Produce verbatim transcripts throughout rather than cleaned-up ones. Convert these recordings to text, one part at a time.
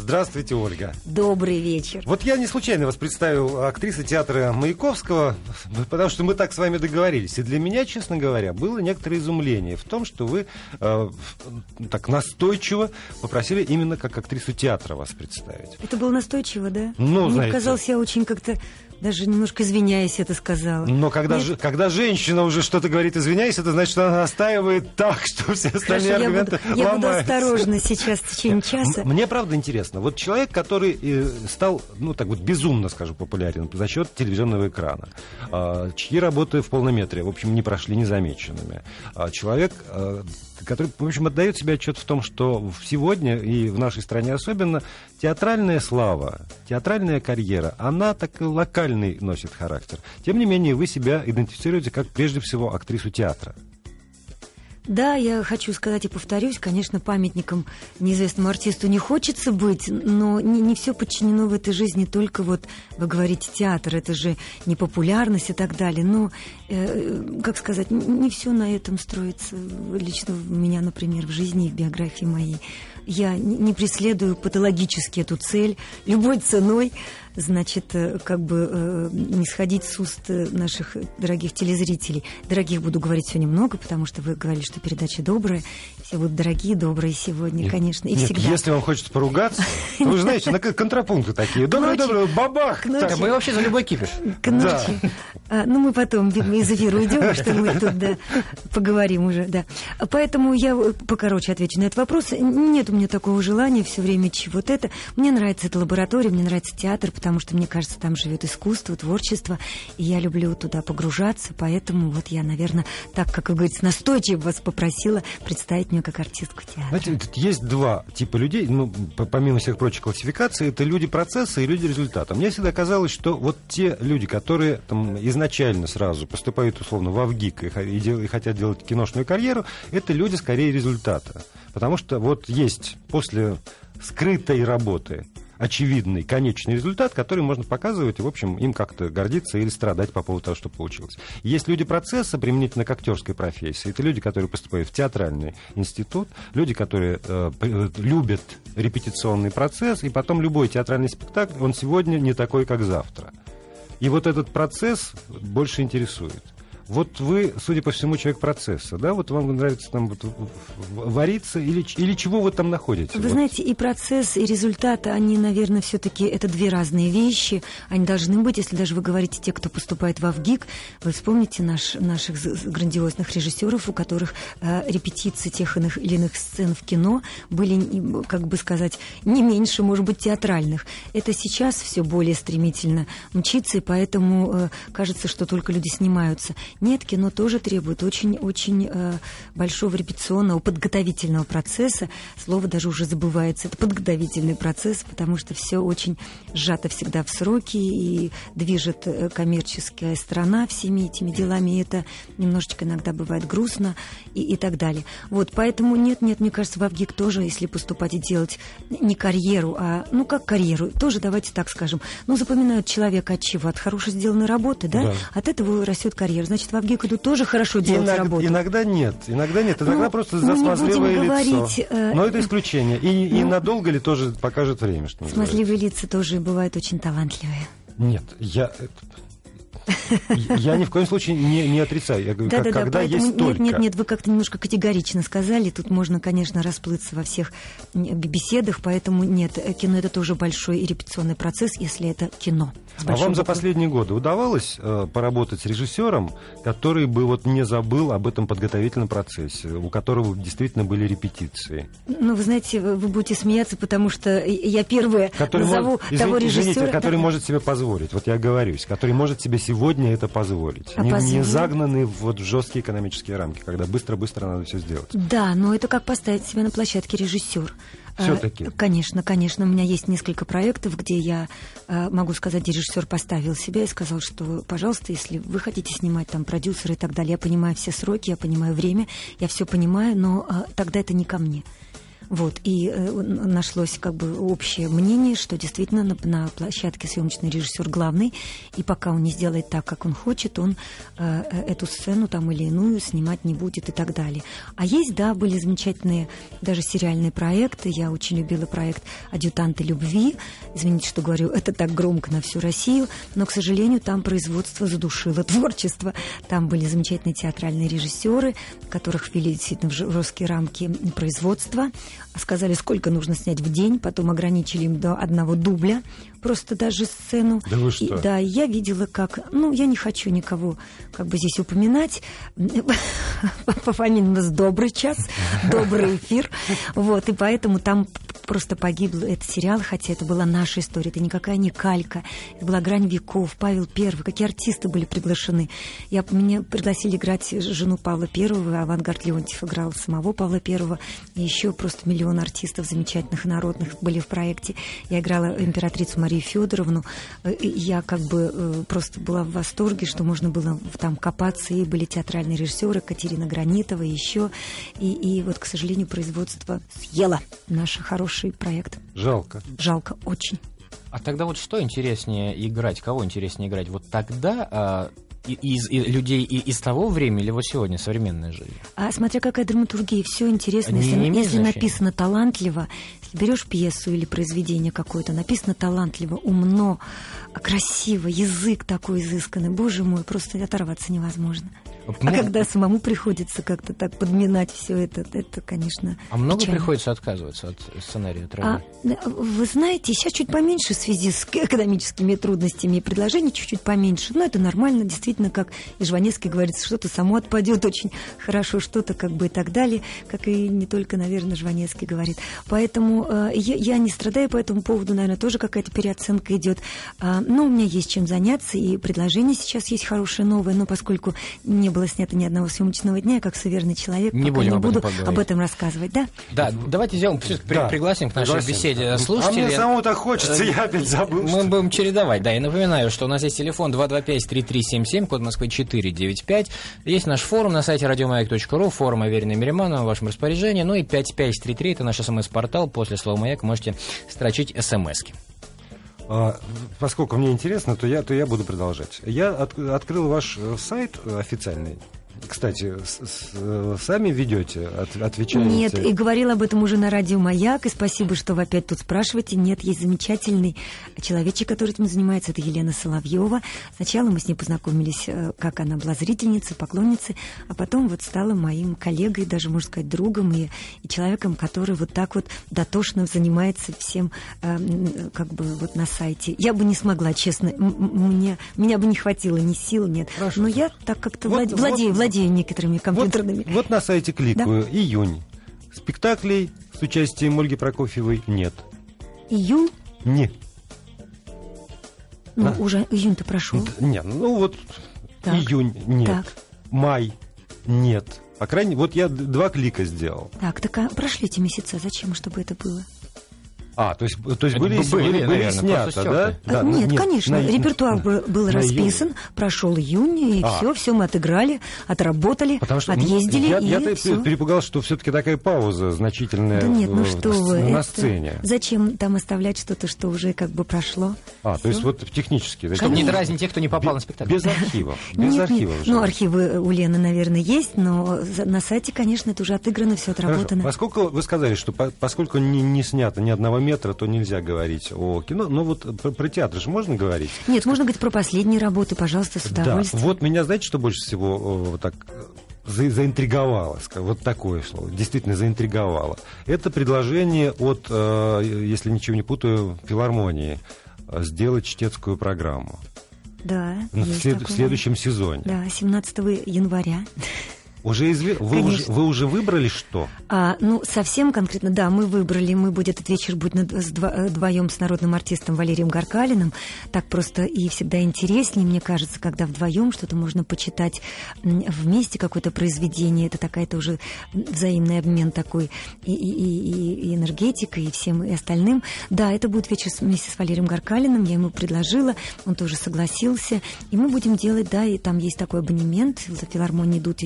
Здравствуйте, Ольга. Добрый вечер. Вот я не случайно вас представил актрисой театра Маяковского, потому что мы так с вами договорились. И для меня, честно говоря, было некоторое изумление в том, что вы э, так настойчиво попросили именно как актрису театра вас представить. Это было настойчиво, да? Ну, Мне знаете... показалось, я очень как-то... Даже немножко извиняясь, это сказала. Но когда, же, когда женщина уже что-то говорит, извиняюсь, это значит, что она настаивает так, что все остальные Хорошо, аргументы я буду, я буду ломаются. осторожна сейчас в течение часа. Мне правда интересно. Вот человек, который стал, ну так вот, безумно, скажу, популярен за счет телевизионного экрана, чьи работы в полнометре, в общем, не прошли незамеченными. Человек, который, в общем, отдает себе отчет в том, что сегодня, и в нашей стране особенно, театральная слава, театральная карьера, она так и локальный носит характер. Тем не менее, вы себя идентифицируете как, прежде всего, актрису театра. Да, я хочу сказать и повторюсь, конечно, памятником неизвестному артисту не хочется быть, но не, не все подчинено в этой жизни только вот, вы говорите, театр, это же не популярность и так далее, но, э, как сказать, не все на этом строится, лично у меня, например, в жизни и в биографии моей. Я не преследую патологически эту цель любой ценой, значит, как бы не сходить с уст наших дорогих телезрителей. Дорогих буду говорить сегодня много, потому что вы говорили, что передача добрая. Все будут дорогие, добрые сегодня, нет, конечно, и нет, всегда. Если вам хочется поругаться, то вы знаете, на контрапункты такие. Добрый, добрый, бабах! Мы вообще за любой кипиш. К ночи. А, ну, мы потом из эфира уйдем, что мы тут да, поговорим уже, да. Поэтому я покороче отвечу на этот вопрос. Нет у меня такого желания все время чего-то это. Мне нравится эта лаборатория, мне нравится театр, потому что, мне кажется, там живет искусство, творчество, и я люблю туда погружаться, поэтому вот я, наверное, так, как вы говорите, настойчиво вас попросила представить меня как артистку театра. Знаете, есть два типа людей, ну, помимо всех прочих классификаций, это люди процесса и люди результата. Мне всегда казалось, что вот те люди, которые там изначально сразу поступают, условно, в ВГИК и, и, дел, и хотят делать киношную карьеру, это люди скорее результата. Потому что вот есть после скрытой работы очевидный конечный результат, который можно показывать, и, в общем, им как-то гордиться или страдать по поводу того, что получилось. Есть люди процесса, применительно к актерской профессии. Это люди, которые поступают в театральный институт, люди, которые э, любят репетиционный процесс, и потом любой театральный спектакль, он сегодня не такой, как завтра. И вот этот процесс больше интересует. Вот вы, судя по всему, человек процесса, да? Вот вам нравится там вот вариться или, или чего вы там находите? Вы вот? знаете, и процесс, и результаты, они, наверное, все-таки это две разные вещи. Они должны быть, если даже вы говорите те, кто поступает в ВГИК, вы вспомните наш, наших грандиозных режиссеров, у которых э, репетиции тех или иных сцен в кино были, как бы сказать, не меньше, может быть, театральных. Это сейчас все более стремительно мчится, и поэтому э, кажется, что только люди снимаются. Нет, кино тоже требует очень-очень э, большого репетиционного, подготовительного процесса. Слово даже уже забывается. Это подготовительный процесс, потому что все очень сжато всегда в сроки и движет э, коммерческая сторона всеми этими делами. И это немножечко иногда бывает грустно и, и так далее. Вот, поэтому нет-нет, мне кажется, в ВГИК тоже, если поступать и делать не карьеру, а, ну, как карьеру, тоже, давайте так скажем, ну, запоминают человека от чего? От хорошо сделанной работы, да? Да. От этого растет карьера. Значит, в ВГИК идут тоже хорошо делать иногда, работу. Иногда нет, иногда нет, иногда ну, просто за смазливое лицо. Говорить, э, Но это исключение. И, ну, и надолго ли тоже покажет время, что называется. Смазливые лица тоже бывают очень талантливые. Нет, я... Я ни в коем случае не, не отрицаю. Я говорю, да, как, да, когда да, есть нет, только. Нет, нет, вы как-то немножко категорично сказали. Тут можно, конечно, расплыться во всех беседах, поэтому нет, кино — это тоже большой репетиционный процесс, если это кино. А вам за последние годы удавалось э, поработать с режиссером, который бы вот не забыл об этом подготовительном процессе, у которого действительно были репетиции? Ну, вы знаете, вы будете смеяться, потому что я первая который назову может, того извините, режиссера... Извините, который да. может себе позволить, вот я оговорюсь, который может себе сегодня это позволить. А не, позволить? не загнанный вот в жесткие экономические рамки, когда быстро-быстро надо все сделать. Да, но это как поставить себя на площадке режиссер. Все-таки. Конечно, конечно. У меня есть несколько проектов, где я, могу сказать, где режиссер поставил себя и сказал, что, пожалуйста, если вы хотите снимать там продюсеры и так далее, я понимаю все сроки, я понимаю время, я все понимаю, но тогда это не ко мне. Вот, и э, нашлось как бы общее мнение, что действительно на, на площадке съемочный режиссер главный, и пока он не сделает так, как он хочет, он э, эту сцену там или иную снимать не будет и так далее. А есть, да, были замечательные даже сериальные проекты. Я очень любила проект «Адъютанты любви». Извините, что говорю, это так громко на всю Россию, но, к сожалению, там производство задушило творчество. Там были замечательные театральные режиссеры, которых ввели действительно в жесткие рамки производства. Сказали, сколько нужно снять в день, потом ограничили им до одного дубля, просто даже сцену. Да вы что? И, да, я видела, как... Ну, я не хочу никого как бы здесь упоминать. Пофамильно с добрый час, добрый эфир. Вот, и поэтому там просто погиб этот сериал, хотя это была наша история, это никакая не калька, это была «Грань веков», Павел Первый, какие артисты были приглашены. Я, меня пригласили играть жену Павла Первого, Авангард Леонтьев играл самого Павла Первого, и еще просто миллион артистов замечательных и народных были в проекте. Я играла императрицу Марию Федоровну, я как бы просто была в восторге, что можно было там копаться, и были театральные режиссеры, Катерина Гранитова, и еще, и, и вот, к сожалению, производство съело наш хороший проект. Жалко. Жалко, очень. А тогда вот что интереснее играть? Кого интереснее играть? Вот тогда а, из, из людей и, из того времени или вот сегодня современная жизнь? А смотря какая драматургия, все интересно. Не, если не если написано талантливо, если берешь пьесу или произведение какое-то, написано талантливо, умно, красиво, язык такой изысканный, боже мой, просто оторваться невозможно. А ну, когда самому приходится как-то так подминать все это, это, конечно, А много печально. Приходится отказываться от сценария? А, вы знаете, сейчас чуть поменьше в связи с экономическими трудностями и предложений чуть-чуть поменьше. Но это нормально, действительно, как и Жванецкий говорится, что-то само отпадет очень хорошо, что-то как бы и так далее, как и не только, наверное, Жванецкий говорит. Поэтому э, я, я не страдаю по этому поводу, наверное, тоже какая-то переоценка идет. А, но у меня есть чем заняться, и предложение сейчас есть хорошее, новое, но поскольку не было снято ни одного съемочного дня, я как суверенный человек, не пока не об буду этом об этом рассказывать, да? Да, давайте сделаем, да. пригласим к нашей пригласим. беседе слушателей. А мне самому так хочется, я опять забыл. Мы что... будем чередовать, да, и напоминаю, что у нас есть телефон два два пять три три семь семь, код Москвы четыре девять пять, есть наш форум на сайте радиомаяк точка ру, форум «Аверина Мириманова» в вашем распоряжении, ну и пять пять три три, это наш смс-портал, после слова «Маяк» можете строчить смски. А, поскольку мне интересно, то я, то я буду продолжать. Я от, открыл ваш сайт официальный. Кстати, с, с, сами ведете, от, отвечаете? Нет, и говорила об этом уже на радио «Маяк», и спасибо, что вы опять тут спрашиваете. Нет, есть замечательный человечек, который этим занимается, это Елена Соловьева. Сначала мы с ней познакомились, как она была зрительницей, поклонницей, а потом вот стала моим коллегой, даже, можно сказать, другом, и, и человеком, который вот так вот дотошно занимается всем э, как бы вот на сайте. Я бы не смогла, честно, мне, меня бы не хватило ни сил, нет. Хорошо. Но я так как-то вот, владею, вот, владею владею некоторыми компьютерными. Вот, вот на сайте кликаю. Да? Июнь. Спектаклей с участием Ольги Прокофьевой нет. Июнь? Не. Ну, а? уже июнь-то прошел. Нет, ну вот так. Июнь нет. Так. Май нет. По крайней мере, вот я два клика сделал. Так, так а прошли эти месяца. Зачем, чтобы это было? А, то есть, то есть были, были, были, были снято, да? да? Нет, нет, конечно. На, репертуар на, был на расписан, июнь. Прошел июнь, и а. все, все мы отыграли, отработали, Потому что, отъездили. Я, и я все. перепугался, что все-таки такая пауза значительная да нет, ну в, что в, вы, на это... сцене. Зачем там оставлять что-то, что уже как бы прошло? А, все? То есть вот технически. Чтобы не дразнить тех, кто не попал без, на спектакль. Без архивов. Без нет, архивов нет. Ну, архивы у Лены, наверное, есть, но на сайте, конечно, это уже отыграно, все отработано. Хорошо. Поскольку вы сказали, что по, поскольку не, не снято ни одного метра, то нельзя говорить о кино. Но вот про, про театр же можно говорить? Нет, можно говорить про последние работы, пожалуйста, с удовольствием. Да, вот меня, знаете, что больше всего вот так за, заинтриговало, вот такое слово, действительно заинтриговало. Это предложение от, если ничего не путаю, филармонии сделать чтецкую программу. Да, в, след, в следующем сезоне. Да, семнадцатого января. Уже изве... вы, уже, вы уже выбрали что? А, ну, совсем конкретно, да, мы выбрали. Мы будет, этот вечер будет вдвоем с народным артистом Валерием Гаркалиным. Так просто и всегда интереснее, мне кажется, когда вдвоем что-то можно почитать вместе, какое-то произведение. Это такая-то уже взаимный обмен такой и, и, и, и энергетикой, и всем и остальным. Да, это будет вечер вместе с Валерием Гаркалиным. Я ему предложила, он тоже согласился. И мы будем делать, да, и там есть такой абонемент. За филармонией идут эти чтецкие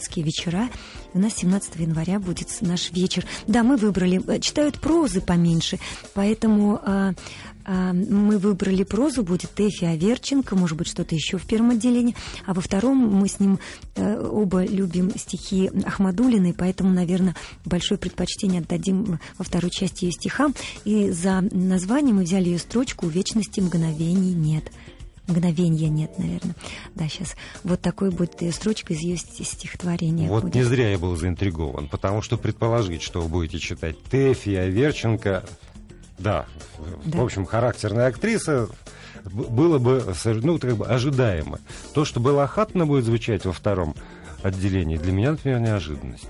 творческие вечера. У нас семнадцатого января будет наш вечер. Да, мы выбрали, читают прозы поменьше, поэтому а, а, мы выбрали прозу, будет Тэфи Аверченко, может быть, что-то еще в первом отделении, а во втором мы с ним а, оба любим стихи Ахмадуллиной, поэтому, наверное, большое предпочтение отдадим во второй части ее стихам. И за название мы взяли ее строчку «У вечности мгновений нет». Мгновенья нет, наверное. Да, сейчас. Вот такой будет ее строчка из ее стихотворения. Вот будет. Не зря я был заинтригован, потому что предположить, что вы будете читать Тэфи Аверченко, да, да, в общем, характерная актриса, было бы, ну, как бы ожидаемо. То, что Белахатна будет звучать во втором отделении, для меня, например, неожиданность.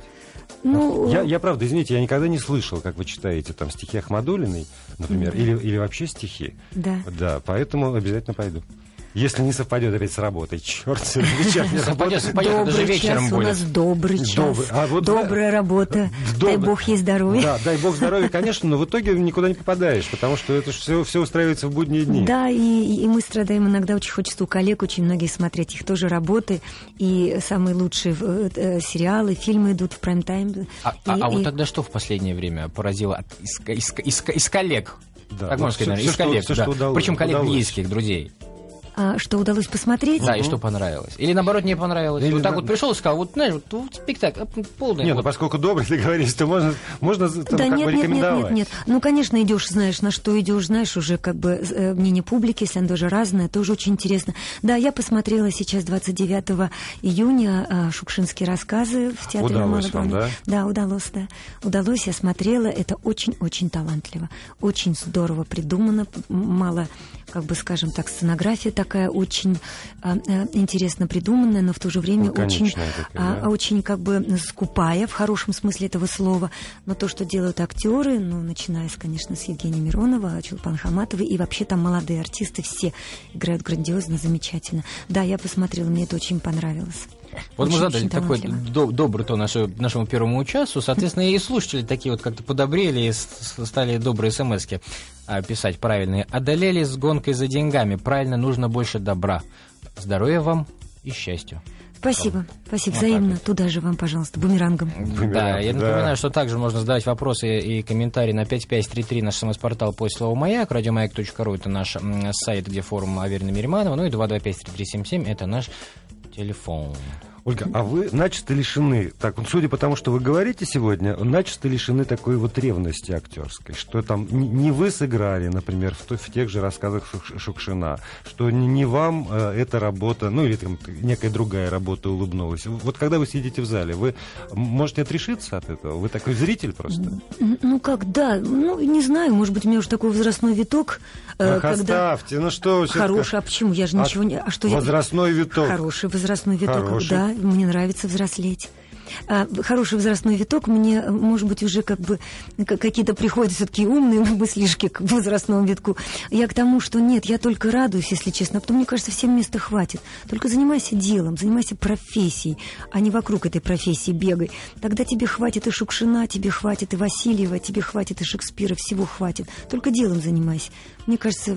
Ну, я, я, правда, извините, я никогда не слышал, как вы читаете там стихи Ахмадуллиной, например, да. или, или вообще стихи. Да. Да, поэтому обязательно пойду. Если не совпадет опять с работой, черт, вечерняя работа. Добрый час, у нас добрый час, а вот добрая работа, дай бог ей здоровья. Да, дай бог здоровья, конечно, но в итоге никуда не попадаешь, потому что это все, все устраивается в будние дни. Да, и, и мы страдаем иногда, очень хочется у коллег, очень многие смотреть их тоже работы, и самые лучшие э, сериалы, фильмы идут в прайм-тайм. А, и, а, а и... вот тогда что в последнее время поразило из, из, из, из коллег? Да, так вот можно сказать, все, из все, коллег, что, да. Все, что удалось, причем коллег удалось. близких, друзей. А, что удалось посмотреть? Да, угу. и что понравилось. Или наоборот не понравилось. Или вот так на... вот пришел и сказал, вот знаешь, вот, вот спектакль полный. Нет, вот. ну поскольку добрый договорились, то можно, можно там, да, как нет, бы нет, рекомендовать. Нет, нет, нет. Ну, конечно, идешь, знаешь, на что идешь, знаешь, уже как бы э, мнение публики, если оно даже разное, тоже очень интересно. Да, я посмотрела сейчас двадцать девятого июня э, «Шукшинские рассказы» в театре Удалось на Малом. вам, да? Да, удалось, да. Удалось, я смотрела, это очень-очень талантливо, очень здорово придумано, мало, как бы, скажем так, сценография такая очень а, а, интересно придуманная, но в то же время очень, такая, а, да? очень как бы скупая в хорошем смысле этого слова. Но то, что делают актеры, ну, начиная, конечно, с Евгения Миронова, Чулпан Хаматовой, и вообще там молодые артисты все играют грандиозно, замечательно. Да, я посмотрела, мне это очень понравилось. Вот очень, мы задали такой до, добрый то нашу, нашему первому часу, соответственно, и слушатели такие вот как-то подобрели и стали добрые смс-ки писать правильные. Одолели с гонкой за деньгами, правильно, нужно больше добра. Здоровья вам и счастью. Спасибо, спасибо, вот взаимно. Вот. Туда же вам, пожалуйста, бумерангом. Бумеранг, да, я напоминаю, да. что также можно задавать вопросы и комментарии на пять пять три три, наш смс-портал после слова «Маяк», радиомаяк точка ру, это наш сайт, где форум Аверина Мириманова, ну и два два пять три три семь семь, это наш телефон. Ольга, а вы начисто лишены, так, судя по тому, что вы говорите сегодня, начисто лишены такой вот ревности актерской, что там не вы сыграли, например, в, в тех же рассказах Шукшина, что не, не вам э, эта работа, ну или там некая другая работа улыбнулась. Вот когда вы сидите в зале, вы можете отрешиться от этого? Вы такой зритель просто? Ну как, да, ну не знаю, может быть, у меня уже такой возрастной виток. Э, Ах, когда... оставьте, ну что... Хороший, а почему? Я же ничего не... А что возрастной я... виток. Хороший возрастной виток, Хороший. Да. Мне нравится взрослеть. А, хороший возрастной виток, мне, может быть, уже как бы какие-то приходят все-таки умные мыслишки к возрастному витку. Я к тому, что нет, я только радуюсь, если честно, а потом, мне кажется, всем места хватит. Только занимайся делом, занимайся профессией, а не вокруг этой профессии бегай. Тогда тебе хватит и Шукшина, тебе хватит и Васильева, тебе хватит и Шекспира, всего хватит. Только делом занимайся. Мне кажется...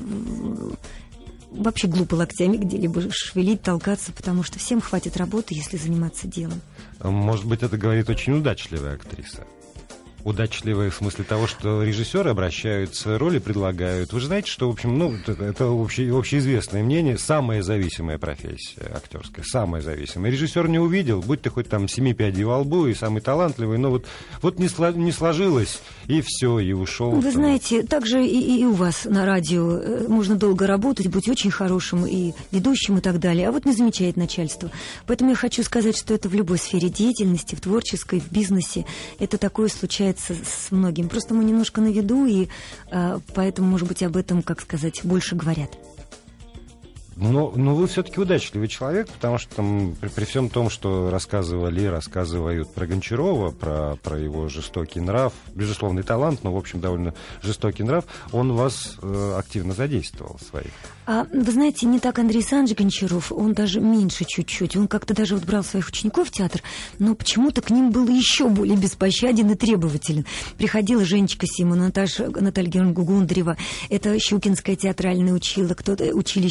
Вообще глупо локтями где-либо шевелить, толкаться, потому что всем хватит работы, если заниматься делом. Может быть, это говорит очень удачливая актриса. Удачливая в смысле того, что режиссеры обращаются, роли предлагают. Вы же знаете, что, в общем, ну, это, это обще, общеизвестное мнение, самая зависимая профессия актерская, самая зависимая. Режиссер не увидел, будь ты хоть там семи пядей во лбу и самый талантливый, но вот, вот не, сло, не сложилось, и все, и ушел. Вы там. знаете, также и, и у вас на радио можно долго работать, быть очень хорошим и ведущим и так далее, а вот не замечает начальство. Поэтому я хочу сказать, что это в любой сфере деятельности, в творческой, в бизнесе, это такое случается с многим. Просто мы немножко на виду, и э, поэтому, может быть, об этом, как сказать, больше говорят. Но, но вы все-таки удачливый человек, потому что там, при, при всем том, что рассказывали, рассказывают про Гончарова, про, про его жестокий нрав, безусловный талант, но, в общем, довольно жестокий нрав, он вас э, активно задействовал в своих. А, вы знаете, не так Андрей Александрович Гончаров, он даже меньше чуть-чуть. Он как-то даже вот брал своих учеников в театр, но почему-то к ним был еще более беспощаден и требователен. Приходила Женечка Сима, Наташа, Наталья Георгиевна Гугундарева, это Щукинское театральное учило, кто-то, училище,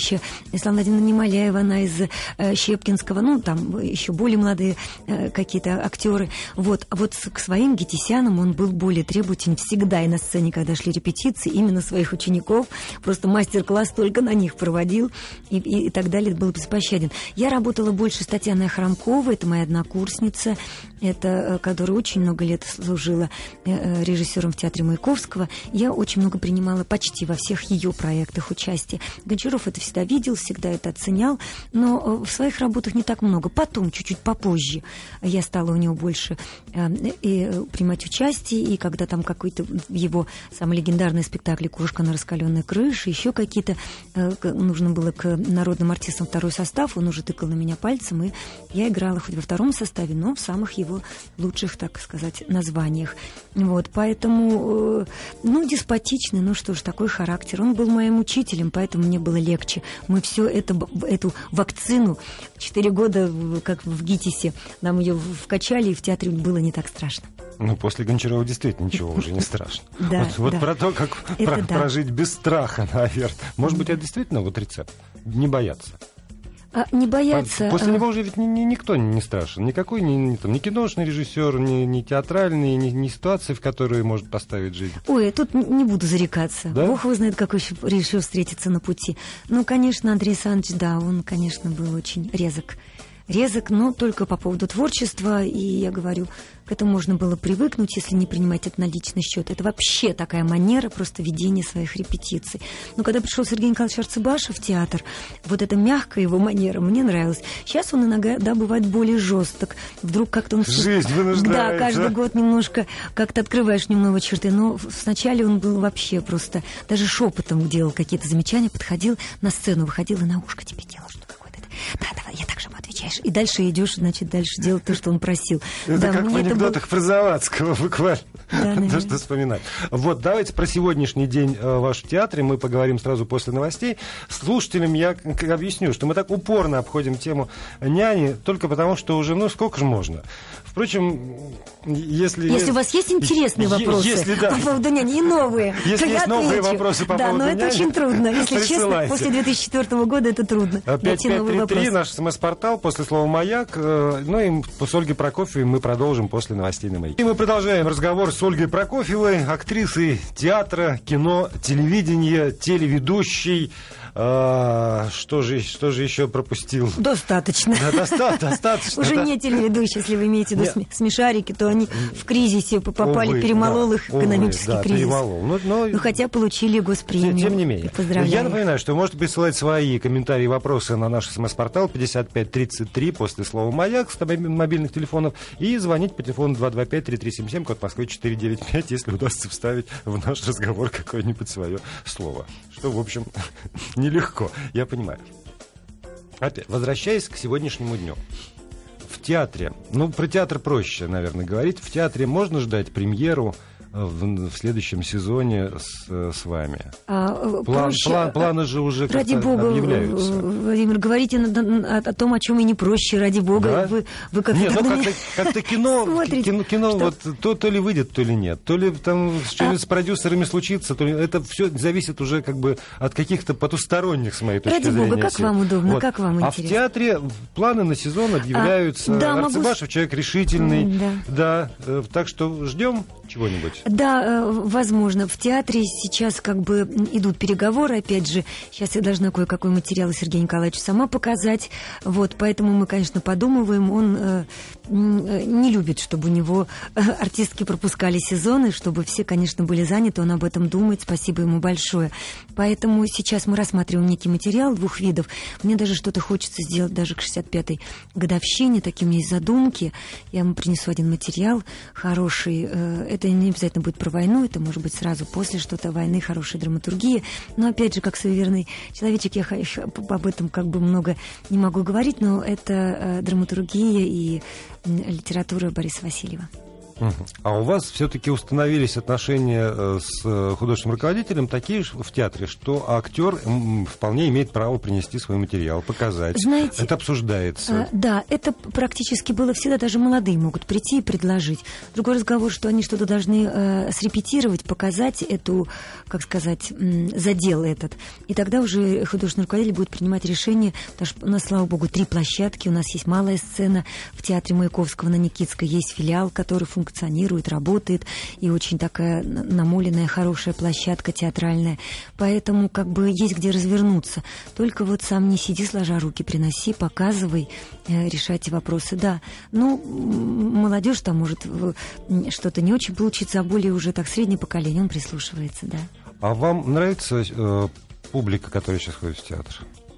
Светлана Владимировна Немоляева, она из э, Щепкинского, ну, там еще более молодые э, какие-то актеры. Вот. А вот к своим гетисянам он был более требователен всегда, и на сцене, когда шли репетиции, именно своих учеников, просто мастер-класс только на них проводил, и, и, и так далее, был беспощаден. Я работала больше с Татьяной Хромковой, это моя однокурсница, это, которая очень много лет служила э, режиссером в театре Маяковского. Я очень много принимала почти во всех ее проектах участие. Гончаров это всегда видел, всегда это оценял, но в своих работах не так много. Потом, чуть-чуть попозже, я стала у него больше э, и принимать участие, и когда там какой-то его самый легендарный спектакль «Кошка на раскаленной крыше», еще какие-то, э, нужно было к народным артистам второй состав, он уже тыкал на меня пальцем, и я играла хоть во втором составе, но в самых его лучших, так сказать, названиях. Вот, поэтому, э, ну, деспотичный, ну что ж, такой характер. Он был моим учителем, поэтому мне было легче. Мы все это, эту вакцину четыре года, как в ГИТИСе, нам ее вкачали, и в театре было не так страшно. Ну, после Гончарова действительно ничего уже не страшно. Да, вот вот да. про то, как про, да. прожить без страха, наверное. Может быть, это действительно вот рецепт? Не бояться. А, не бояться... После а... него уже ведь ни, ни, никто не страшен. Никакой ни, ни, там, ни киношный режиссер, ни, ни театральный, ни, ни ситуации, в которые может поставить жизнь. Ой, тут не буду зарекаться. Да? Бог его знает, какой еще решил встретиться на пути. Ну, конечно, Андрей Александрович, да, он, конечно, был очень резок. Резок, но только по поводу творчества. И я говорю, к этому можно было привыкнуть, если не принимать это на личный счет. Это вообще такая манера просто ведения своих репетиций. Но когда пришел Сергей Николаевич Арцебашев в театр, вот эта мягкая его манера мне нравилась. Сейчас он иногда бывает более жесток. Вдруг как-то он... Жизнь вынуждает. Да, каждый а? год немножко как-то открываешь немного черты. Но сначала он был вообще просто... Даже шепотом делал какие-то замечания, подходил на сцену, выходил и на ушко тебе делал что-то. Да, давай, я так же ему отвечаешь. И дальше идешь, значит, дальше делать то, что он просил. Это да, как в анекдотах был... про Завадского буквально. Да, то, что вспоминать. Вот, давайте про сегодняшний день э, ваш в театре. Мы поговорим сразу после новостей. Слушателям я объясню, что мы так упорно обходим тему няни только потому, что уже, ну, сколько же можно. Впрочем, если... Если у вас есть интересные е- вопросы если, да, по поводу няни и новые, если то есть я новые отвечу. вопросы по да, поводу няни, но это очень трудно. Если честно, после две тысячи четвёртого года это трудно. пять пять три три наш смс-портал, после слова «Маяк». Ну и с Ольгой Прокофьевой мы продолжим после новостей на «Маяке». И мы продолжаем разговор с Ольгой Прокофьевой, актрисой театра, кино, телевидения, телеведущей. А, что же, что же еще пропустил? Достаточно. Да, доста- достаточно. Уже да. не телеведущие, если вы имеете в виду смешарики, то они в кризисе попали, Увы, перемолол да, их экономический увы, да, кризис. Перемолол. Но, но... Ну, хотя получили госпремию. Тем не менее. Поздравляю. Я напоминаю, что вы можете присылать свои комментарии и вопросы на наш смс-портал пятьдесят пять тридцать три после слова «Маяк» с мобильных телефонов и звонить по телефону два два пять три три семь семь, код Москвы четыре девять пять, если удастся вставить в наш разговор какое-нибудь свое слово. Что, в общем, нелегко. Я понимаю. Опять, возвращаясь к сегодняшнему дню. В театре, ну, про театр проще, наверное, говорить. В театре можно ждать премьеру в, в следующем сезоне с, с вами? А, План, проще, план, планы же уже ради бога, объявляются. Владимир, говорите о, о том, о чем и не проще, ради бога. Да? Вы, вы как-то, нет, ну как-то, как-то кино, кино, кино вот, то, то ли выйдет, то ли нет. То ли там что-нибудь а... с продюсерами случится, то ли... Это все зависит уже как бы от каких-то потусторонних, с моей точки ради зрения. Ради бога, как сил. Вам удобно, вот. как вам интересно. А в театре планы на сезон объявляются. А, да, Арцебашев могу... человек решительный. Да. да. Так что ждем чего-нибудь. Да, возможно. В театре сейчас как бы идут переговоры, опять же. Сейчас я должна кое-какой материал Сергею Николаевичу сама показать. Вот, поэтому мы, конечно, подумываем. Он э, не любит, чтобы у него артистки пропускали сезоны, чтобы все, конечно, были заняты. Он об этом думает. Спасибо ему большое. Поэтому сейчас мы рассматриваем некий материал двух видов. Мне даже что-то хочется сделать даже к шестьдесят пятой годовщине. Такие у меня есть задумки. Я ему принесу один материал хороший. Это не обязательно будет про войну, это может быть сразу после что-то войны, хорошая драматургия. Но опять же, как суеверный человечек, я об этом как бы много не могу говорить, но это драматургия и литература Бориса Васильева. А у вас все-таки установились отношения с художественным руководителем такие в театре, что актер вполне имеет право принести свой материал, показать. Знаете, это обсуждается. Да, это практически было всегда, даже молодые могут прийти и предложить. Другой разговор, что они что-то должны э, срепетировать, показать эту, как сказать, задел этот. И тогда уже художественный руководитель будет принимать решение, потому что у нас, слава богу, три площадки, у нас есть малая сцена в театре Маяковского на Никитской, есть филиал, который функционирует, функционирует, работает, и очень такая намоленная, хорошая площадка театральная. Поэтому как бы есть где развернуться. Только вот сам не сиди, сложа руки, приноси, показывай, э, решайте вопросы. Да, ну, молодежь там может что-то не очень получиться, а более уже так среднее поколение, он прислушивается, да. А вам нравится э, публика, которая сейчас ходит в театр?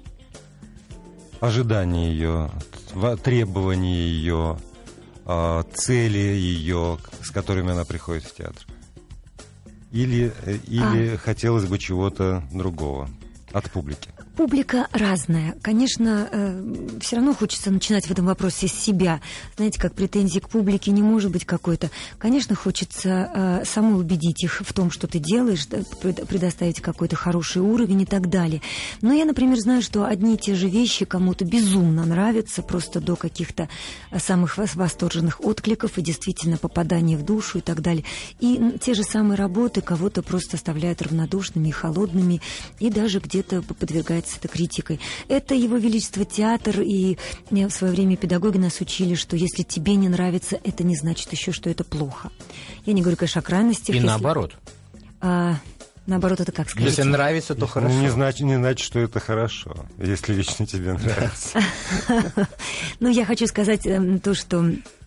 Ожидания ее, требования ее, цели ее, с которыми она приходит в театр? Или, или а. хотелось бы чего-то другого от публики? Публика разная. Конечно, э, все равно хочется начинать в этом вопросе с себя. Знаете, как претензии к публике не может быть какой-то. Конечно, хочется э, самой убедить их в том, что ты делаешь, да, предоставить какой-то хороший уровень и так далее. Но я, например, знаю, что одни и те же вещи кому-то безумно нравятся, просто до каких-то самых восторженных откликов и действительно попадания в душу и так далее. И те же самые работы кого-то просто оставляют равнодушными и холодными, и даже где-то подвергают это критикой. Это Его Величество театр, и в свое время педагоги нас учили, что если тебе не нравится, это не значит еще, что это плохо. Я не говорю, конечно, о крайностях. И если... наоборот. А, наоборот, это как сказать? Если нравится, то хорошо. Не значит, не значит, что это хорошо, если лично тебе нравится. Ну, я хочу сказать то, что...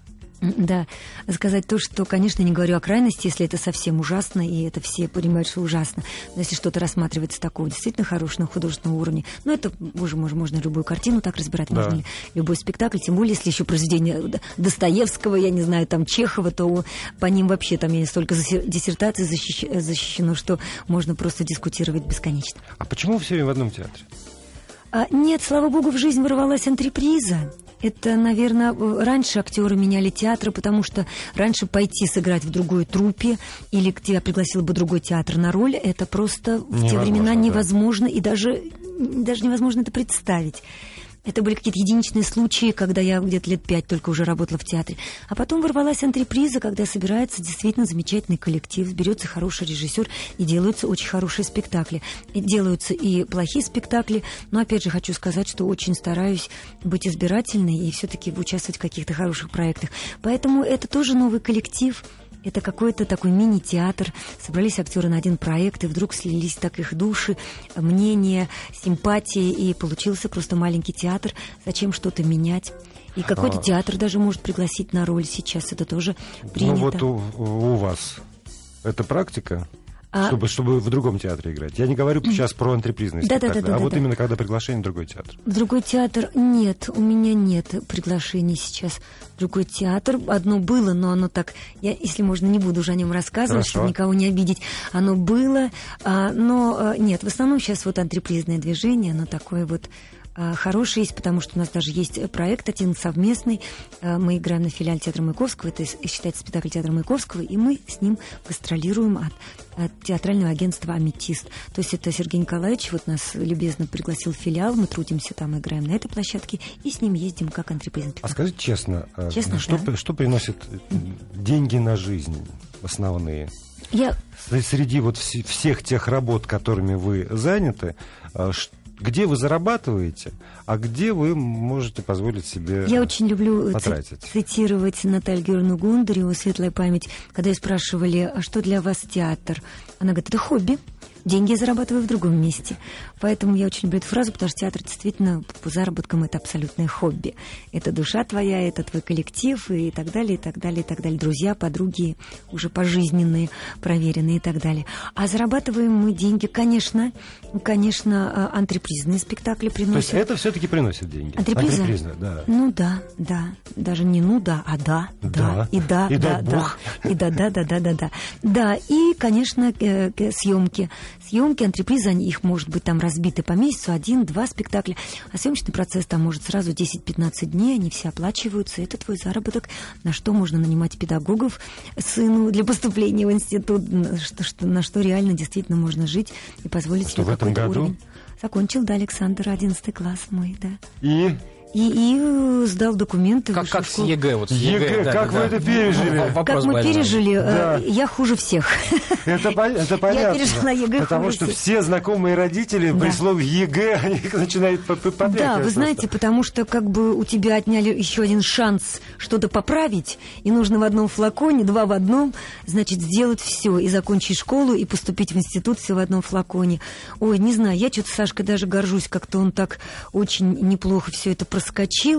Да, сказать то, что, конечно, не говорю о крайности, если это совсем ужасно, и это все понимают, что ужасно. Но если что-то рассматривается такого действительно хорошего, художественного уровня, ну, это, боже мой, можно любую картину так разбирать, да. Можно любой спектакль, тем более, если еще произведение Достоевского, я не знаю, там, Чехова, то по ним вообще там столько диссертаций защищено, что можно просто дискутировать бесконечно. А почему все время в одном театре? А, нет, слава богу, в жизнь ворвалась антреприза. Это, наверное, раньше актеры меняли театры, потому что раньше пойти сыграть в другой труппе или тебя пригласил бы другой театр на роль, это просто в невозможно, те времена невозможно, да. И даже, даже невозможно это представить. Это были какие-то единичные случаи, когда я где-то лет пять только уже работала в театре. А потом ворвалась антреприза, когда собирается действительно замечательный коллектив, берется хороший режиссер, и делаются очень хорошие спектакли. И делаются и плохие спектакли, но опять же хочу сказать, что очень стараюсь быть избирательной и все-таки участвовать в каких-то хороших проектах. Поэтому это тоже новый коллектив. Это какой-то такой мини-театр. Собрались актеры на один проект, и вдруг слились так их души, мнения, симпатии, и получился просто маленький театр. Зачем что-то менять? И какой-то а... театр даже может пригласить на роль сейчас. Это тоже принято. Ну вот у, у вас это практика? А... Чтобы, чтобы в другом театре играть. Я не говорю сейчас про антрепризные спектакли, да, да, да, а да, вот да. именно когда приглашение в другой театр. В другой театр нет, у меня нет приглашений сейчас в другой театр. Одно было, но оно так, я, если можно, не буду уже о нем рассказывать, Хорошо. Чтобы никого не обидеть. Оно было, а, но а, нет, в основном сейчас вот антрепризное движение, оно такое вот хороший есть, потому что у нас даже есть проект один совместный. Мы играем на филиале театра Маяковского. Это считается спектакль театра Маяковского. И мы с ним гастролируем от, от театрального агентства «Аметист». То есть это Сергей Николаевич вот нас любезно пригласил в филиал. Мы трудимся там, играем на этой площадке. И с ним ездим как антрепризный спектакль. А скажите честно, честно что, да. что приносит деньги на жизнь основные? Я... Среди вот вс- всех тех работ, которыми вы заняты, где вы зарабатываете, а где вы можете позволить себе Я очень люблю потратить? цитировать Наталью Георгиевну Гундареву, светлая память, когда ее спрашивали, а что для вас театр? Она говорит, это хобби. Деньги я зарабатываю в другом месте. Поэтому я очень люблю эту фразу, потому что театр действительно по заработкам это абсолютное хобби. Это душа твоя, это твой коллектив и так далее, и так далее, и так далее. Друзья, подруги уже пожизненные, проверенные и так далее. А зарабатываем мы деньги, конечно, конечно, антрепризные спектакли приносят. То есть это все-таки приносит деньги? Антреприза? Антреприза, да. Ну да, да. Даже не ну да, а да, да. да. И да, и да, да. Бог. И да, да, да, да, да, да. Да, и, конечно, съемки. съемки, антрепризы, они, их может быть там разбиты по месяцу, один-два спектакля, а съемочный процесс там может сразу десять-пятнадцать дней, они все оплачиваются, это твой заработок, на что можно нанимать педагогов сыну для поступления в институт, что, что, на что реально действительно можно жить и позволить что себе в этом какой-то году? уровень. Закончил, да, Александр, одиннадцатый класс мой, да. И... И, и сдал документы. Как, как с школу. ЕГЭ? Вот с ЕГЭ, ЕГЭ, да, как да, вы да. это пережили? Вопрос Как мы большой. пережили, Да. э, я хуже всех. Это, это понятно. Я пережила ЕГЭ Потому хуже что всех. все знакомые родители Да. при слове ЕГЭ они начинают потряхивать. Да, вы знаете, потому что как бы у тебя отняли еще один шанс что-то поправить, и нужно в одном флаконе, два в одном, значит, сделать все, и закончить школу, и поступить в институт, все в одном флаконе. Ой, не знаю, я что-то Сашкой даже горжусь, как-то он так очень неплохо все это проскочил,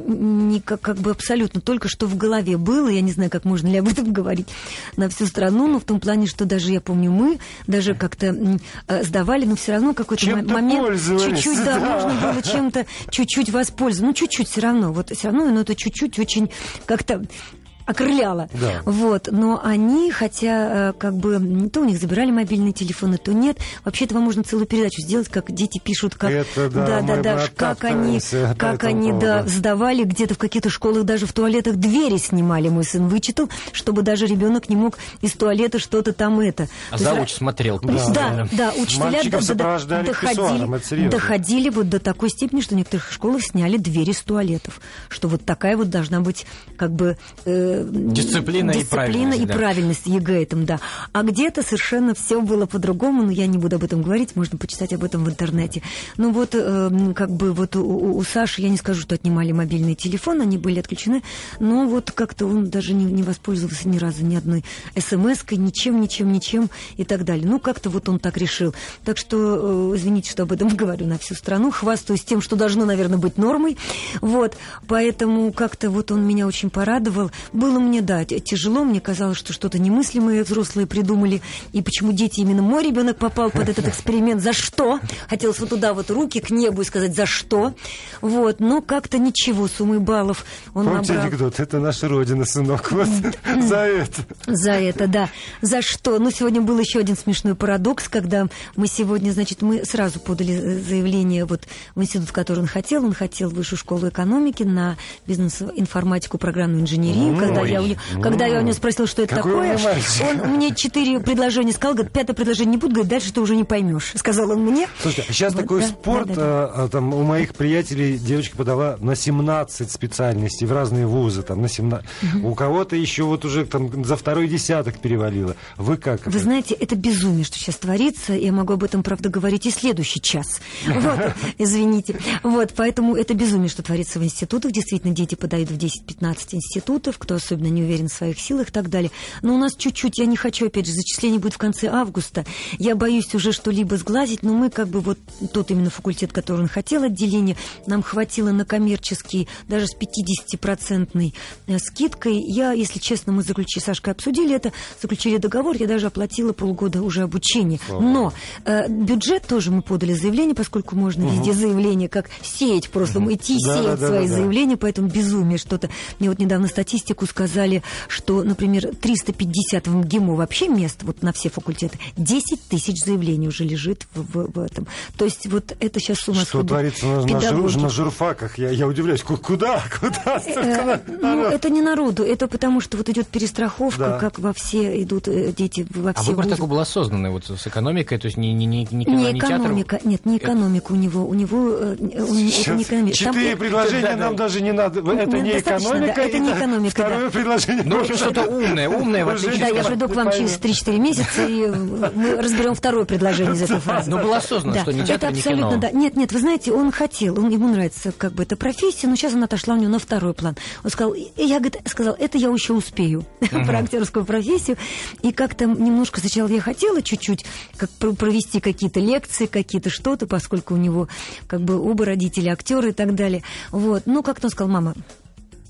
не как, как бы абсолютно, только что в голове было, я не знаю, как можно ли об этом говорить на всю страну, но в том плане, что даже, я помню, мы даже как-то э, сдавали, но все равно какой-то Чем-то момент пользовались, чуть-чуть, да, да. можно было чем-то чуть-чуть воспользоваться. Ну, чуть-чуть все равно. Вот все равно, но это чуть-чуть очень как-то окрыляло. Да. Вот. Но они, хотя как бы то у них забирали мобильные телефоны, то нет. Вообще этого можно целую передачу сделать, как дети пишут, как Это да, да, мы да, да, бы как они, отталкиваемся по как этому они да, поводу. сдавали где-то в каких-то школах, даже в туалетах двери снимали. Мой сын вычитал, чтобы даже ребенок не мог из туалета что-то там это. А То зауч есть, смотрел. да, да, да, учителя Мальчиков до- до- сопровождали к писсуарам, это серьезно. доходили вот до такой степени, что в некоторых школах сняли двери с туалетов. Что вот такая вот должна быть как бы... э, Дисциплина и дисциплина правильность, и да. правильность ЕГЭ этом, да. А где-то совершенно все было по-другому, но я не буду об этом говорить, можно почитать об этом в интернете. Ну вот, э, как бы вот у, у Саши, я не скажу, что отнимали мобильные телефоны, они были отключены, но вот как-то он даже не, не воспользовался ни разу ни одной смс-кой, ничем, ничем, ничем и так далее. Ну, как-то вот он так решил. Так что, э, извините, что об этом говорю на всю страну, хвастаюсь тем, что должно, наверное, быть нормой. Вот, поэтому как-то вот он меня очень порадовал. Было мне, да, тяжело, мне казалось, что что-то немыслимое взрослые придумали, и почему дети, именно мой ребенок попал под этот эксперимент, за что? Хотелось вот туда вот руки к небу и сказать, за что? Вот, но как-то ничего, суммы баллов он Помните набрал. анекдот? Это наша родина, сынок. Вот за это. За это, да. За что? Ну, сегодня был еще один смешной парадокс, когда мы сегодня, значит, мы сразу подали заявление вот в институт, в который он хотел. Он хотел высшую школу экономики на бизнес-информатику, программную инженерию. Ой. Когда я у него, когда я у него спросила, что это Какой такое, умный мальчик. он мне четыре предложения сказал, говорит, пятое предложение не буду, говорит, дальше ты уже не поймешь. Сказал он мне. Слушайте, сейчас Вот, такой да, спорт, да, да, да. а, а, там у моих приятелей девочка подала на семнадцать специальностей в разные вузы, там на семнадцать. У кого-то еще вот уже там за второй десяток перевалило. Вы как? Вы это? знаете, это безумие, что сейчас творится. Я могу об этом, правда, говорить и следующий час. Вот, извините. Вот, поэтому это безумие, что творится в институтах. Действительно, дети подают в десять-пятнадцать институтов, кто особенно не уверен в своих силах и так далее. Но у нас чуть-чуть, я не хочу, опять же, зачисление будет в конце августа. Я боюсь уже что-либо сглазить, но мы как бы вот тот именно факультет, который он хотел, отделение, нам хватило на коммерческий даже с пятидесятипроцентной скидкой. Я, если честно, мы заключили, с Сашкой обсудили это, заключили договор, я даже оплатила полгода уже обучения. Но э, бюджет тоже мы подали заявление, поскольку можно угу. везде заявление, как сеять просто, угу. идти да, сеять да, свои да, заявления, да. Поэтому безумие что-то. Мне вот недавно статистику сказали, что, например, триста пятьдесят в МГИМО вообще мест, вот на все факультеты, десять тысяч заявлений уже лежит в, в, в этом. То есть вот это сейчас у нас... Что творится на, на, жур, на журфаках? Я, я удивляюсь, куда? Куда? Э, ну, это не народу, это потому что вот идет перестраховка, да. как во все идут э, дети, во все А выбор вузы. такой был осознанный, вот с экономикой, то есть не, не, не, не, не не экономика, театр? Нет, не экономика у него, у него э, это не экономика. Четыре Там, предложения да, нам да. даже не надо, это Ну, не достаточно, экономика, да, это не экономика, второе да. предложение. Ну, в общем, что-то умное, умное, в Уже отличие Да, от- я приду к вам через три-четыре месяца, и мы разберем второе предложение из этой фразы. Ну, было осознанно, Да, что не это театр, не абсолютно, кино. да. Нет, нет, вы знаете, он хотел, он, ему нравится как бы эта профессия, но сейчас она отошла у него на второй план. Он сказал, и я говорит, сказал, это я еще успею, uh-huh. про актерскую профессию. И как-то немножко сначала я хотела чуть-чуть как провести какие-то лекции, какие-то что-то, поскольку у него как бы оба родители актеры и так далее. Вот. Ну, как-то он сказал, мама,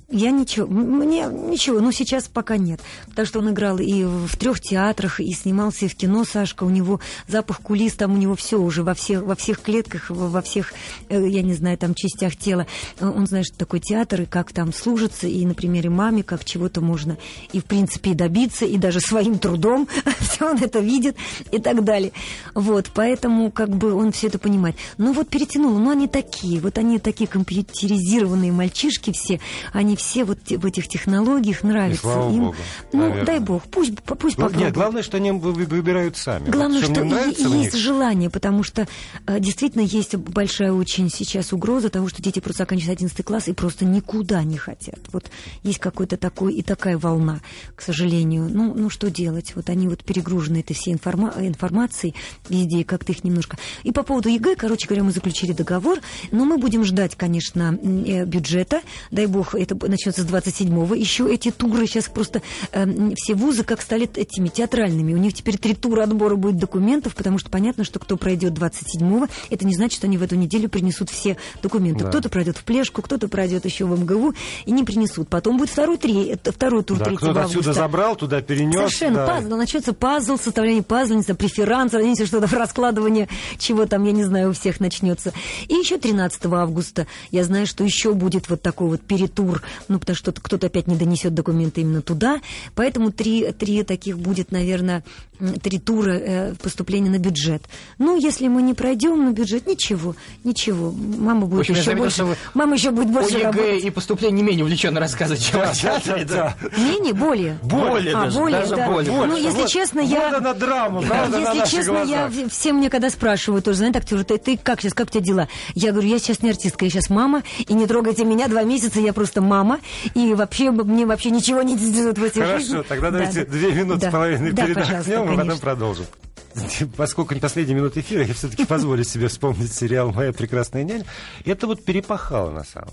Я ничего, мне ничего, ну сейчас пока нет. Потому что он играл и в трех театрах, и снимался и в кино, Сашка. У него запах кулис, там у него все уже во всех, во всех клетках, во всех, я не знаю, там частях тела. Он знает, что такое театр, и как там служится, и на примере маме, как чего-то можно и в принципе и добиться, и даже своим трудом. Все он это видит и так далее. Вот, поэтому как бы он все это понимает. Ну вот перетянуло, ну они такие, вот они такие компьютеризированные мальчишки все, они все вот в этих технологиях нравятся им. Богу, ну, наверное. дай бог, пусть, пусть ну, попробуют. Нет, главное, что они выбирают сами. Главное, вот, что, что что есть желание, потому что э, действительно есть большая очень сейчас угроза того, что дети просто заканчивают одиннадцатый класс и просто никуда не хотят. Вот есть какой-то такой и такая волна, к сожалению. Ну, ну что делать? Вот они вот перегружены этой всей информа- информацией везде, как-то их немножко... И по поводу ЕГЭ, короче говоря, мы заключили договор, но мы будем ждать, конечно, бюджета. Дай бог, это начнется с двадцать седьмого. Еще эти туры, сейчас просто э, все вузы как стали этими театральными. У них теперь три тура отбора будет документов, потому что понятно, что кто пройдет двадцать седьмого, это не значит, что они в эту неделю принесут все документы. Да. Кто-то пройдет в Плешку, кто-то пройдет еще в МГУ и не принесут. Потом будет второй, три, второй тур да, третьего кто-то августа. Отсюда забрал, туда перенес. Совершенно, да. пазл. Начнется пазл, составление пазла, не знаю, преферанс, что-то, раскладывание, чего там, я не знаю, у всех начнется. И еще тринадцатого августа я знаю, что еще будет вот такой вот перетур, ну, потому что кто-то опять не донесет документы именно туда. Поэтому три, три таких будет, наверное, три тура э, поступления на бюджет. Ну, если мы не пройдем на бюджет, ничего, ничего. Мама будет общем, еще больше, вы... мама еще будет больше ЕГЭ работать. И поступление не менее увлеченно рассказывать, чем о театре. Да. Менее, более. Более а, даже, более, даже да. более. Ну, больше. если вот, честно, вот я... она драма, Да, правда, если на наших честно, глазах. я... Все мне когда спрашивают тоже, знаете, актер, ты, ты как сейчас, как у тебя дела? Я говорю, я сейчас не артистка, я сейчас мама, и не трогайте меня два месяца, я просто мама, и вообще мне вообще ничего не интересует в этой Хорошо, жизни. тогда да, давайте да. две минуты да. с половиной да, передохнем, и потом продолжим. Поскольку не последняя минута эфира, я все-таки позволю себе вспомнить сериал «Моя прекрасная няня». Это вот перепахало на самом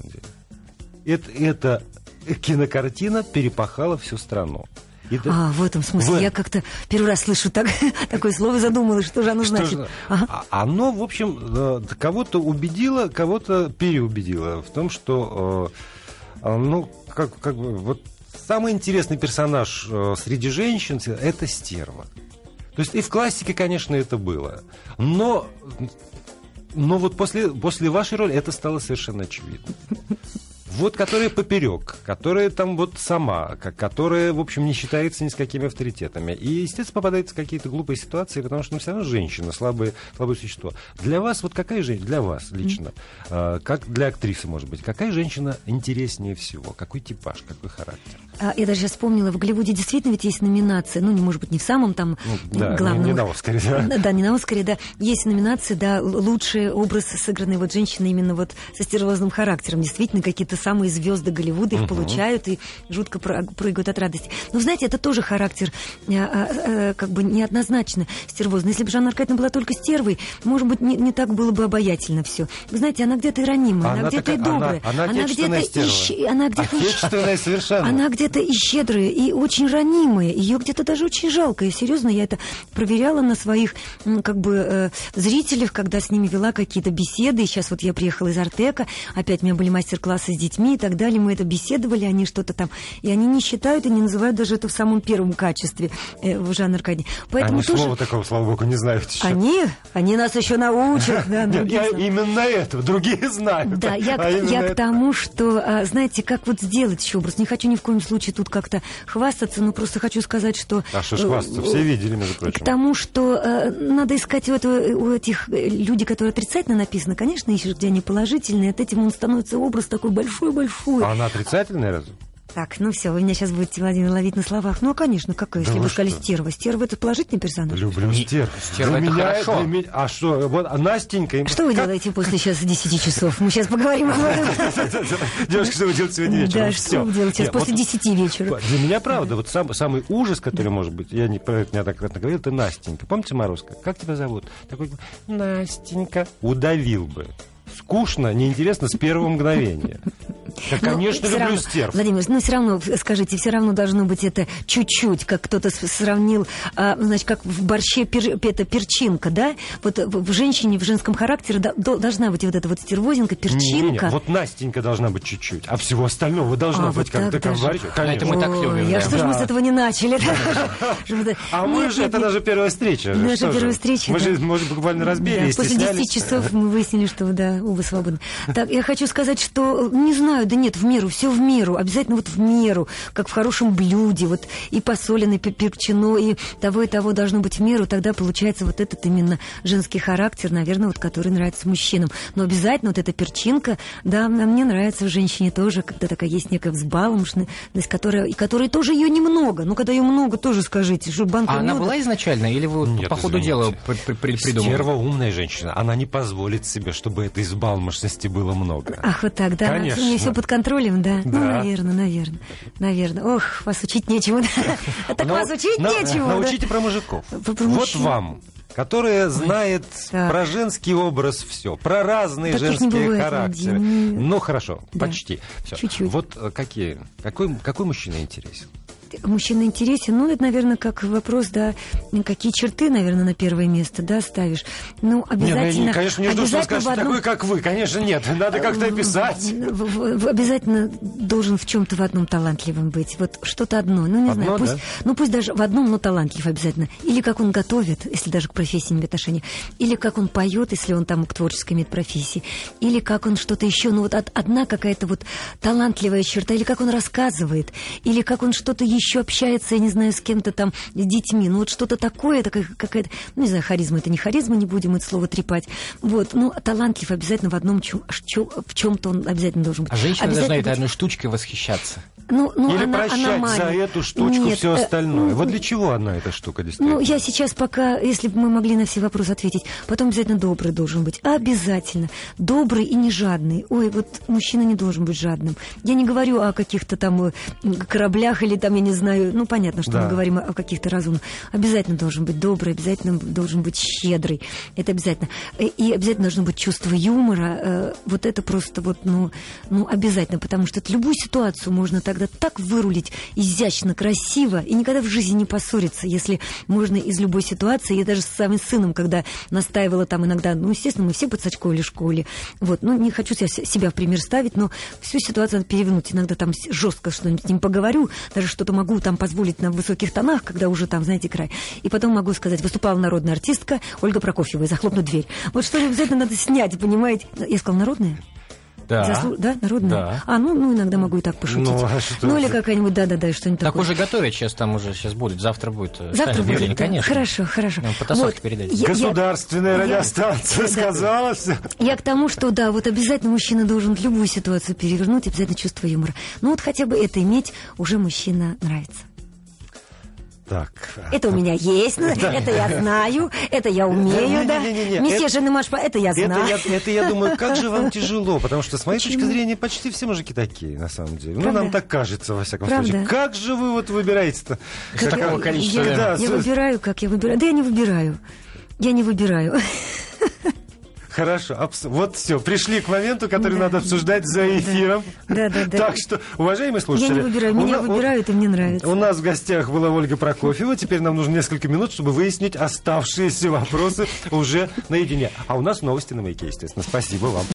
деле. Это, это кинокартина перепахала всю страну. Это... А, в этом смысле. В... Я как-то первый раз слышу так, такое слово, задумалась, что же оно что значит. Же... Ага. Оно, в общем, кого-то убедило, кого-то переубедило в том, что, ну, как, как бы, вот самый интересный персонаж среди женщин – это стерва. То есть и в классике, конечно, это было. Но, но вот после, после вашей роли это стало совершенно очевидно. Вот, которая поперек, которая там вот сама, которая, в общем, не считается ни с какими авторитетами. И, естественно, попадаются в какие-то глупые ситуации, потому что, ну, все равно женщина, слабое, слабое существо. Для вас, вот какая женщина, для вас лично, mm-hmm. э, как для актрисы, может быть, какая женщина интереснее всего? Какой типаж, какой характер? А, я даже сейчас вспомнила, в Голливуде действительно ведь есть номинация, ну, не, может быть, не в самом там ну, да, главном. Не, не на Оскаре, да? Да, не на Оскаре, да. Есть номинации, да, лучший образ сыгранной вот женщины именно вот со стервозным характером. Действительно, какие-то самые звезды Голливуда их uh-huh. получают и жутко прыгают от радости. Но, знаете, это тоже характер а, а, как бы неоднозначно стервозный. Если бы Жанна Аркадьевна была только стервой, может быть, не, не так было бы обаятельно все. Вы знаете, она где-то и ранимая, она, она где-то и добрая. Она, она, она где-то и, щ... она где-то отечественная совершенно. Она где-то и щедрая, и очень ранимая. Ее где-то даже очень жалко. И серьезно, я это проверяла на своих как бы э, зрителях, когда с ними вела какие-то беседы. И сейчас вот я приехала из Артека, опять у меня были мастер-классы с детьми и так далее. Мы это беседовали, они что-то там... И они не считают и не называют даже это в самом первом качестве э, в Жанне Аркадьевне. Поэтому они тоже... слова такого, слава богу, не знают еще. Они? Они нас еще научат. Да, Нет, я именно этого. Другие знают. Да, я, а я это... к тому, что, знаете, как вот сделать еще образ. Не хочу ни в коем случае тут как-то хвастаться, но просто хочу сказать, что... А что ж хвастаться? Все видели, между прочим. К тому, что э, надо искать у, этого, у этих людей, которые отрицательно написаны, конечно, ищешь, где они положительные, от этим он становится образ такой большой-большой. А она отрицательная разве? Так, ну все, вы меня сейчас будете, Владимир, ловить на словах. Ну, конечно, какая, да если вы сказали что? Стерва. Стерва — это положительный персонаж? Люблю стерву. Стерва — это хорошо. Для меня, а что, вот, а Настенька... Что вы как... делаете после сейчас десяти часов? Мы сейчас поговорим об этом. Девушка, что вы делаете сегодня вечером? Да, что вы делаете сейчас после десяти вечера? Для меня, правда, вот самый ужас, который может быть, я про это неоднократно говорил, это Настенька. Помните Морозко? Как тебя зовут? Такой, Настенька. Удавил бы. Скучно, неинтересно с первого мгновения. Да, конечно, люблю равно, стерв. Владимир, ну все равно, скажите, все равно должно быть это чуть-чуть, как кто-то сравнил, а, значит, как в борще пер, это перчинка, да? Вот в женщине, в женском характере да, должна быть вот эта вот стервозинка, перчинка. Не-не-не, вот Настенька должна быть чуть-чуть, а всего остального должна а, быть вот как-то как Это мы так любим. Я да. что ж да. мы с этого не начали? А мы же, это наша первая встреча. Наша первая встреча. Мы же, может, буквально разбились. После десяти часов мы выяснили, что да, оба свободны. Так, я хочу сказать, что, не знаю, да нет, в меру, все в меру, обязательно вот в меру, как в хорошем блюде, вот и посолено, и перчено, и того, и того должно быть в меру, тогда получается вот этот именно женский характер, наверное, вот который нравится мужчинам. Но обязательно вот эта перчинка, да, мне нравится в женщине тоже, когда такая есть некая взбалмошность, которая, и которой тоже ее немного, ну, когда ее много, тоже скажите, что банка А меда... она была изначально, или вы Нет, по ходу извините. дела при, при, придумали? Стерва умная женщина, она не позволит себе, чтобы этой взбалмошности было много. Ах, вот так, да? Конечно. У нее все под контролем, да? Да. Ну, наверное, наверное. Наверное. Ох, вас учить нечему. Так вас учить нечему. Научите про мужиков. Вот мужчин. вам, которая знает так. про женский образ все, про разные Таких не женские бывает, характеры. Владимир. Ну, хорошо, Да. почти. Всё. Чуть-чуть. Вот э, какие, какой, какой мужчина интересен? Мужчина интересен, ну, это, наверное, как вопрос, да, какие черты, наверное, на первое место, да, ставишь. Ну, обязательно... Не, ну, я, конечно, не жду, что он скажет, одном... такой, как вы. Конечно, нет, надо как-то описать. В, в, в, обязательно должен в чем-то в одном талантливым быть. Вот что-то одно. Ну, не Одно, знаю, пусть, да? ну, пусть даже в одном, но талантлив обязательно. Или как он готовит, если даже к профессии имеет отношение. Или как он поет, если он там к творческой имеет профессии. Или как он что-то еще. Ну, вот одна какая-то вот талантливая черта. Или как он рассказывает. Или как он что-то еще общается, я не знаю, с кем-то там, с детьми. Ну, вот что-то такое, такая какая-то, ну, не знаю, харизма, это не харизма, не будем это слово трепать. Вот, ну, талантлив обязательно в одном, чё, чё, в чем-то он обязательно должен быть. А женщина должна этой быть... одной штучкой восхищаться. Ну, ну, Или она, прощать она за эту штучку Нет, все э, остальное. ну, Вот для чего одна эта штука, действительно? Ну, я сейчас пока, если бы мы могли на все вопросы ответить, потом обязательно добрый должен быть. Обязательно. Добрый и не жадный. Ой, вот мужчина не должен быть жадным. Я не говорю о каких-то там кораблях или там, я не знаю, ну, понятно, что да. мы говорим о каких-то разумных. Обязательно должен быть добрый, обязательно должен быть щедрый. Это обязательно. И обязательно должно быть чувство юмора. Вот это просто вот, ну, ну обязательно, потому что любую ситуацию можно тогда так вырулить изящно, красиво, и никогда в жизни не поссориться, если можно из любой ситуации. Я даже с самым сыном, когда настаивала там иногда, ну, естественно, мы все подсачковали в школе, вот, ну, не хочу себя, себя в пример ставить, но всю ситуацию надо перевернуть. Иногда там жестко что-нибудь с ним поговорю, даже что-то могу там позволить на высоких тонах, когда уже там, знаете, край. И потом могу сказать, выступала народная артистка Ольга Прокофьева, и захлопнуть дверь. Вот что обязательно надо снять, понимаете? Я сказала, народная? Да. Заслу... Да, народная? Да. А, ну, ну, иногда могу и так пошутить. Ну, а что ну или это? какая-нибудь, да-да-да, что-нибудь Так такое. уже готовят, сейчас там уже, сейчас будет, завтра будет. Завтра будет, объявление, да. конечно. Хорошо, хорошо. Ну, потасовки Вот. передайте. Я- Государственная я- радиостанция я- сказала все. Я к тому, что, да, вот обязательно мужчина должен любую ситуацию перевернуть, обязательно чувство юмора. Ну вот хотя бы это иметь, уже мужчина нравится. Так. Это у меня есть, ну, это я знаю, это я умею, да. Не-не-не-не, Не все это- жены Машпа, это я Это знаю. я, это я думаю, как же вам тяжело, потому что, с моей Почему? точки зрения, почти все мужики такие, на самом деле. Правда? Ну, нам так кажется, во всяком Правда? случае. Как же вы вот выбираете-то? Из такого количества, я, да. я с- выбираю, как я выбираю. Да я не выбираю. Я не выбираю. Хорошо, абс- вот все, пришли к моменту, который Да. надо обсуждать за эфиром. Да, да, да. Так что, уважаемые Я слушатели... не выбираю, у меня на- у- выбирают, и мне нравится. У нас в гостях была Ольга Прокофьева. Теперь нам нужно несколько минут, чтобы выяснить оставшиеся вопросы уже наедине. А у нас новости на Маяке, естественно. Спасибо вам.